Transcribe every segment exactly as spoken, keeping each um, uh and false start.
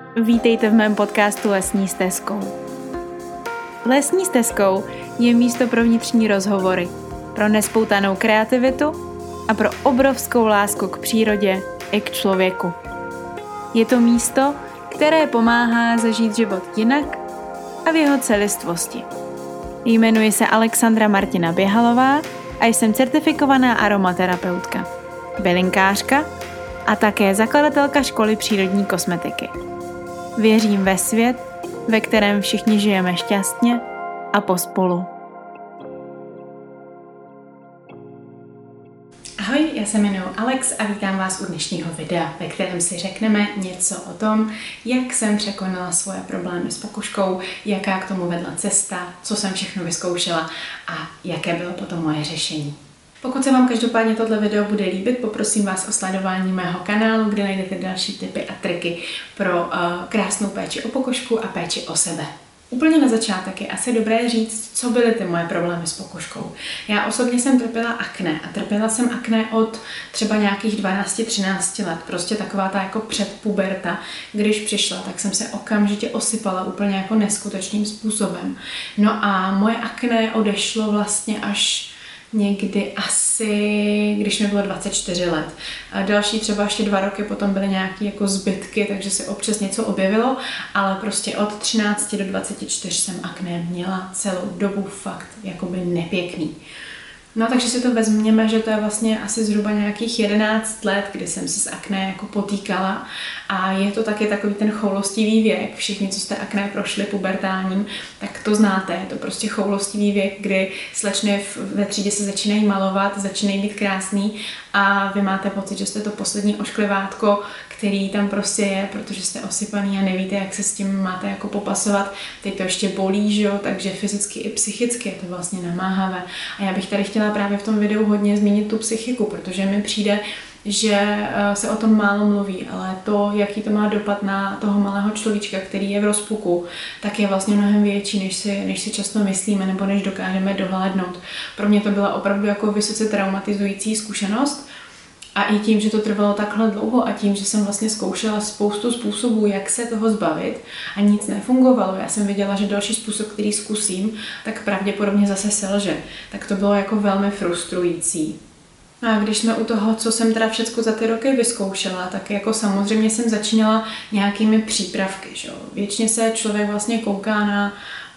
Vítejte v mém podcastu Lesní stezkou. Lesní stezkou je místo pro vnitřní rozhovory, pro nespoutanou kreativitu a pro obrovskou lásku k přírodě i k člověku. Je to místo, které pomáhá zažít život jinak a v jeho celistvosti. Jmenuji se Alexandra Martina Běhalová a jsem certifikovaná aromaterapeutka, bylinkářka a také zakladatelka školy přírodní kosmetiky. Věřím ve svět, ve kterém všichni žijeme šťastně a pospolu. Ahoj, já se jmenuji Alex a vítám vás u dnešního videa, ve kterém si řekneme něco o tom, jak jsem překonala svoje problémy s pokožkou, jaká k tomu vedla cesta, co jsem všechno vyzkoušela a jaké bylo potom moje řešení. Pokud se vám každopádně tohle video bude líbit, poprosím vás o sledování mého kanálu, kde najdete další tipy a triky pro uh, krásnou péči o pokožku a péči o sebe. Úplně na začátek je asi dobré říct, co byly ty moje problémy s pokožkou. Já osobně jsem trpěla akné a trpěla jsem akné od třeba nějakých dvanáct třináct let, prostě taková ta jako předpuberta. Když přišla, tak jsem se okamžitě osypala úplně jako neskutečným způsobem. No a moje akné odešlo vlastně až někdy asi, když mi bylo dvacet čtyři let. A další třeba ještě dva roky potom byly nějaké jako zbytky, takže se občas něco objevilo, ale prostě od třinácti do dvaceti čtyř jsem akné měla celou dobu fakt jakoby nepěkný. No takže si to vezměme, že to je vlastně asi zhruba nějakých jedenáct let, kdy jsem se s akné jako potýkala a je to taky takový ten choulostivý věk. Všichni, co jste akné prošli pubertálním, tak to znáte. Je to prostě choulostivý věk, kdy slečny ve třídě se začínají malovat, začínají být krásný a vy máte pocit, že jste to poslední ošklivátko, který tam prostě je, protože jste osypaný a nevíte, jak se s tím máte jako popasovat. Teď to ještě bolí, že jo, takže fyzicky i psychicky je to vlastně namáhavé. A já bych tady chtěla právě v tom videu hodně zmínit tu psychiku, protože mi přijde, že se o tom málo mluví, ale to, jaký to má dopad na toho malého človíčka, který je v rozpuku, tak je vlastně mnohem větší, než si, než si často myslíme nebo než dokážeme dohlédnout. Pro mě to byla opravdu jako vysoce traumatizující zkušenost. A i tím, že to trvalo takhle dlouho a tím, že jsem vlastně zkoušela spoustu způsobů, jak se toho zbavit a nic nefungovalo. Já jsem věděla, že další způsob, který zkusím, tak pravděpodobně zase selže. Tak to bylo jako velmi frustrující. No a když jsme u toho, co jsem teda všecko za ty roky vyzkoušela, tak jako samozřejmě jsem začínala nějakými přípravky. Že? Většině se člověk vlastně kouká na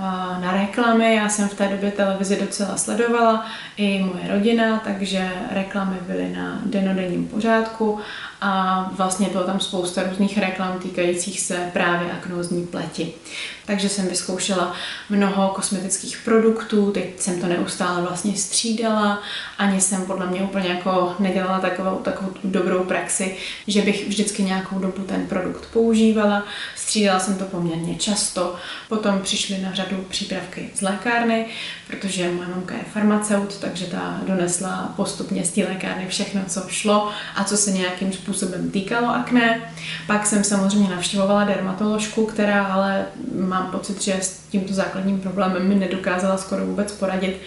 na reklamy. Já jsem v té době televizi docela sledovala, i moje rodina, takže reklamy byly na dennodenním pořádku a vlastně bylo tam spousta různých reklam týkajících se právě aknózní pleti. Takže jsem vyzkoušela mnoho kosmetických produktů, teď jsem to neustále vlastně střídala, ani jsem podle mě úplně jako nedělala takovou, takovou dobrou praxi, že bych vždycky nějakou dobu ten produkt používala. Střídala jsem to poměrně často, potom přišly na řadu přípravky z lékárny, protože moje mamka je farmaceut, takže ta donesla postupně z té lékárny všechno, co šlo a co se nějakým způsobem týkalo akné. Pak jsem samozřejmě navštěvovala dermatoložku, která ale mám pocit, že s tímto základním problémem mi nedokázala skoro vůbec poradit.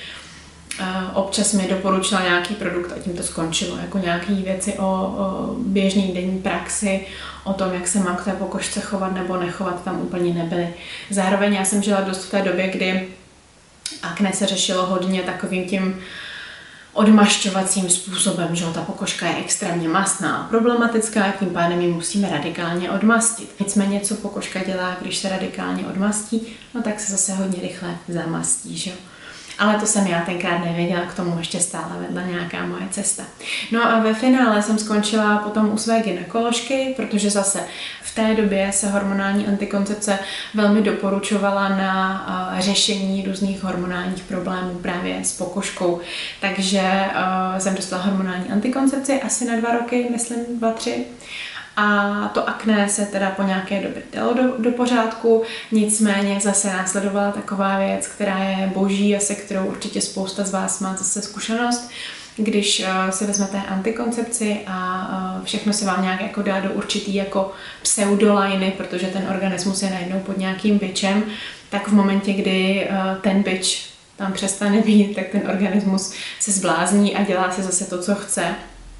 Občas mi doporučila nějaký produkt a tím to skončilo. Jako nějaké věci o, o běžný denní praxi, o tom, jak se mám k té pokožce chovat nebo nechovat, tam úplně nebyly. Zároveň já jsem žila dost v té době, kdy akné se řešilo hodně takovým tím odmašťovacím způsobem, že ta pokožka je extrémně mastná a problematická, tím pádem ji musíme radikálně odmastit. Nicméně, co pokožka dělá, když se radikálně odmastí, no tak se zase hodně rychle zamastí, že? Ale to jsem já tenkrát nevěděla, k tomu ještě stále vedla nějaká moje cesta. No a ve finále jsem skončila potom u své gynekoložky, protože zase v té době se hormonální antikoncepce velmi doporučovala na uh, řešení různých hormonálních problémů právě s pokožkou. Takže uh, jsem dostala hormonální antikoncepci asi na dva roky, myslím dva, tři. A to akné se teda po nějaké době dalo do, do pořádku, nicméně zase následovala taková věc, která je boží a se kterou určitě spousta z vás má zase zkušenost, když uh, si vezmete antikoncepci a uh, všechno se vám nějak jako dá do určitý jako pseudolajny, protože ten organismus je najednou pod nějakým bičem, tak v momentě, kdy uh, ten bič tam přestane být, tak ten organismus se zblázní a dělá si zase to, co chce.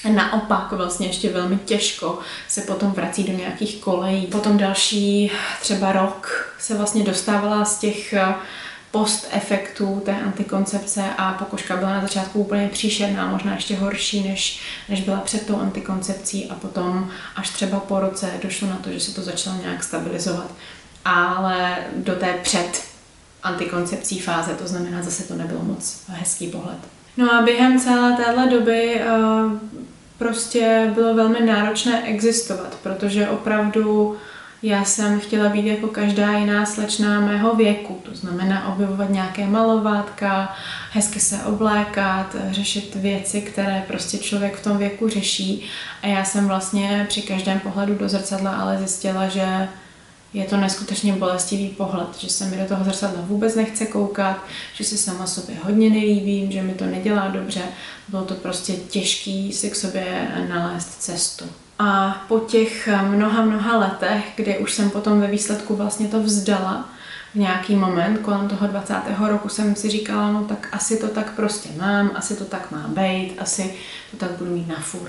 naopak vlastně ještě velmi těžko se potom vrací do nějakých kolejí. Potom další třeba rok se vlastně dostávala z těch post-efektů té antikoncepce a pokožka byla na začátku úplně příšerná, možná ještě horší, než, než byla před tou antikoncepcí a potom až třeba po roce došlo na to, že se to začalo nějak stabilizovat. Ale do té před antikoncepcí fáze, to znamená, zase to nebylo moc hezký pohled. No a během celé téhle doby uh, prostě bylo velmi náročné existovat, protože opravdu já jsem chtěla být jako každá jiná slečna mého věku, to znamená objevovat nějaké malovátka, hezky se oblékat, řešit věci, které prostě člověk v tom věku řeší. A já jsem vlastně při každém pohledu do zrcadla ale zjistila, že je to neskutečně bolestivý pohled, že se mi do toho zrcadla vůbec nechce koukat, že si sama sobě hodně nelíbím, že mi to nedělá dobře. Bylo to prostě těžký si k sobě nalézt cestu. A po těch mnoha, mnoha letech, kdy už jsem potom ve výsledku vlastně to vzdala, v nějaký moment kolem toho dvacátého roku jsem si říkala, no tak asi to tak prostě mám, asi to tak má být, asi to tak budu mít na furt.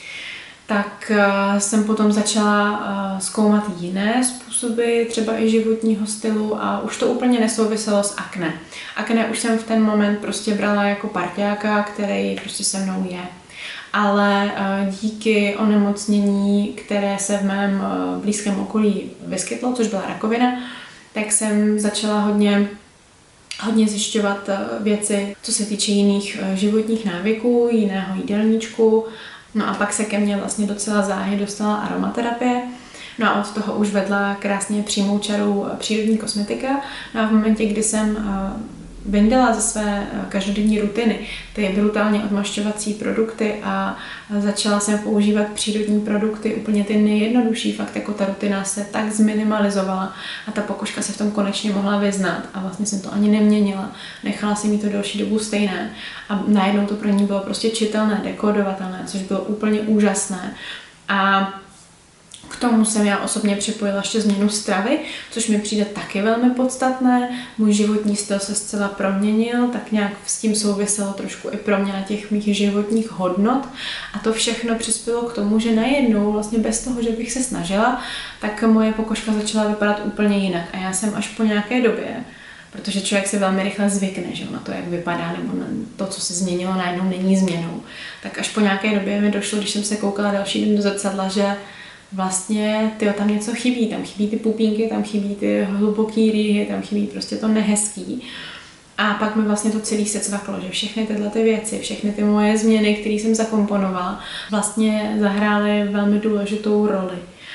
Tak uh, jsem potom začala uh, zkoumat jiné způsoby, třeba i životního stylu a už to úplně nesouviselo s akné. Akné už jsem v ten moment prostě brala jako parťáka, který prostě se mnou je. Ale uh, díky onemocnění, které se v mém uh, blízkém okolí vyskytlo, což byla rakovina, tak jsem začala hodně hodně zjišťovat uh, věci, co se týče jiných uh, životních návyků, jiného jídelníčku. No a pak se ke mně vlastně docela záhy dostala aromaterapie. No a od toho už vedla krásně přímou čarou přírodní kosmetika. No a v momentě, kdy jsem vyndala ze své každodenní rutiny ty brutálně odmašťovací produkty a začala jsem používat přírodní produkty, úplně ty nejjednodušší, fakt jako ta rutina se tak zminimalizovala a ta pokožka se v tom konečně mohla vyznat a vlastně jsem to ani neměnila. Nechala jsem jí to delší dobu stejné a najednou to pro ní bylo prostě čitelné, dekodovatelné, což bylo úplně úžasné. A k tomu jsem já osobně připojila ještě změnu stravy, což mi přijde taky velmi podstatné. Můj životní styl se zcela proměnil, tak nějak s tím souviselo trošku i proměna těch mých životních hodnot. A to všechno přispělo k tomu, že najednou, vlastně bez toho, že bych se snažila, tak moje pokožka začala vypadat úplně jinak. A já jsem až po nějaké době, protože člověk si velmi rychle zvykne, že na to, jak vypadá, nebo na to, co se změnilo, najednou není změnou. Tak až po nějaké době mi došlo, když jsem se koukala další den do zrcadla, že vlastně tyjo, tam něco chybí, tam chybí ty pupínky, tam chybí ty hluboký rýhy, tam chybí prostě to nehezký. A pak mi vlastně to celý se cvaklo, že všechny tyhle ty věci, všechny ty moje změny, které jsem zakomponovala, vlastně zahrály velmi důležitou roli.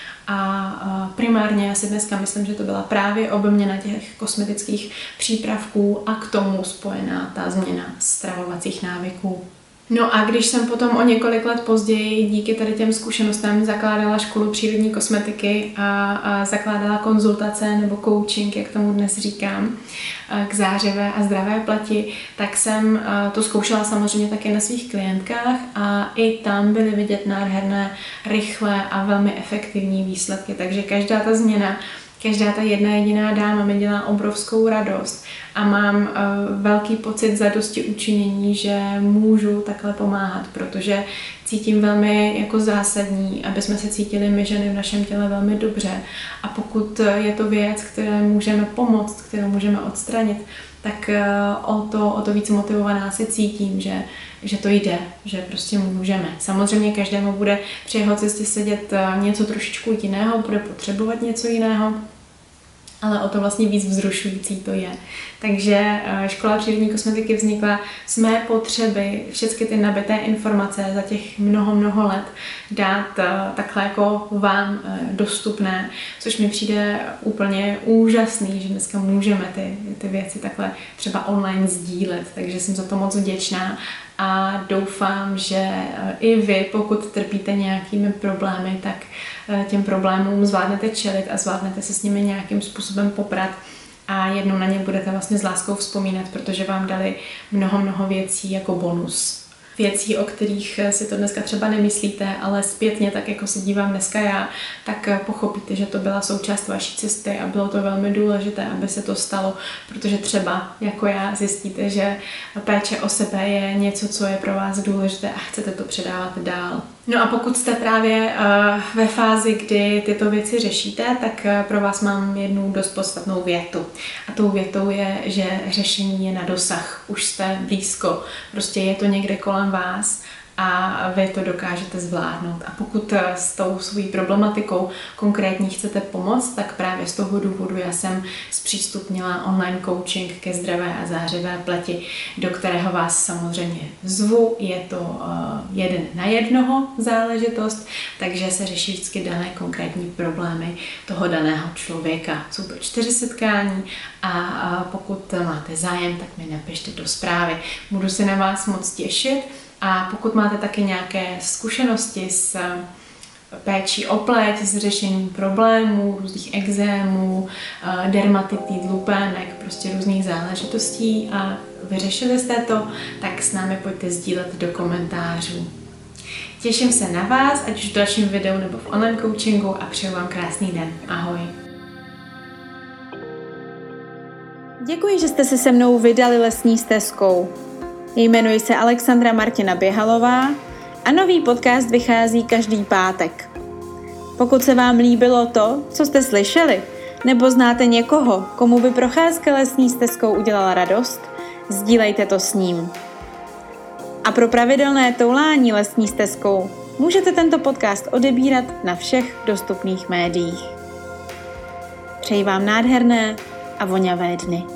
A primárně já si dneska myslím, že to byla právě obměna těch kosmetických přípravků a k tomu spojená ta změna stravovacích návyků. No a když jsem potom o několik let později díky tady těm zkušenostem zakládala školu přírodní kosmetiky a, a zakládala konzultace nebo coaching, jak tomu dnes říkám, k zářivé a zdravé pleti, tak jsem to zkoušela samozřejmě také na svých klientkách a i tam byly vidět nádherné, rychlé a velmi efektivní výsledky. Takže každá ta změna, každá ta jedna jediná dáma mi dělá obrovskou radost a mám uh, velký pocit zadosti učinění, že můžu takhle pomáhat, protože cítím velmi jako zásadní, aby jsme se cítili my ženy v našem těle velmi dobře. A pokud je to věc, které můžeme pomoct, kterou můžeme odstranit, tak uh, o, to, o to víc motivovaná se cítím, že, že to jde, že prostě můžeme. Samozřejmě každému bude při jeho cestě sedět uh, něco trošičku jiného, bude potřebovat něco jiného, ale o to vlastně víc vzrušující to je. Takže škola přírodní kosmetiky vznikla z mé potřeby všechny ty nabité informace za těch mnoho, mnoho let dát takhle jako vám dostupné, což mi přijde úplně úžasný, že dneska můžeme ty, ty věci takhle třeba online sdílet, takže jsem za to moc vděčná a doufám, že i vy, pokud trpíte nějakými problémy, tak těm problémům zvládnete čelit a zvládnete se s nimi nějakým způsobem poprat a jednou na ně budete vlastně s láskou vzpomínat, protože vám dali mnoho, mnoho věcí jako bonus. věcí, o kterých si to dneska třeba nemyslíte, ale zpětně, tak jako se dívám dneska já, tak pochopíte, že to byla součást vaší cesty a bylo to velmi důležité, aby se to stalo, protože třeba jako já zjistíte, že péče o sebe je něco, co je pro vás důležité a chcete to předávat dál. No a pokud jste právě uh, ve fázi, kdy tyto věci řešíte, tak uh, pro vás mám jednu dost podstatnou větu. A tou větou je, že řešení je na dosah. Už jste blízko. Prostě je to někde kolem vás a vy to dokážete zvládnout. A pokud s tou svojí problematikou konkrétní chcete pomoct, tak právě z toho důvodu já jsem zpřístupnila online coaching ke zdravé a zářivé pleti, do kterého vás samozřejmě zvu. Je to jeden na jednoho záležitost, takže se řeší vždycky dané konkrétní problémy toho daného člověka. Jsou to čtyři setkání a pokud máte zájem, tak mi napište do zprávy. Budu se na vás moc těšit. A pokud máte taky nějaké zkušenosti s péčí o pleť, s řešením problémů, různých ekzémů, dermatitid, lupének, prostě různých záležitostí a vyřešili jste to, tak s námi pojďte sdílet do komentářů. Těším se na vás, ať už v dalším videu nebo v online coachingu a přeju vám krásný den. Ahoj. Děkuji, že jste se se mnou vydali lesní stezkou. Jmenuji se Alexandra Martina Běhalová a nový podcast vychází každý pátek. Pokud se vám líbilo to, co jste slyšeli, nebo znáte někoho, komu by procházka lesní stezkou udělala radost, sdílejte to s ním. A pro pravidelné toulání lesní stezkou můžete tento podcast odebírat na všech dostupných médiích. Přeji vám nádherné a voňavé dny.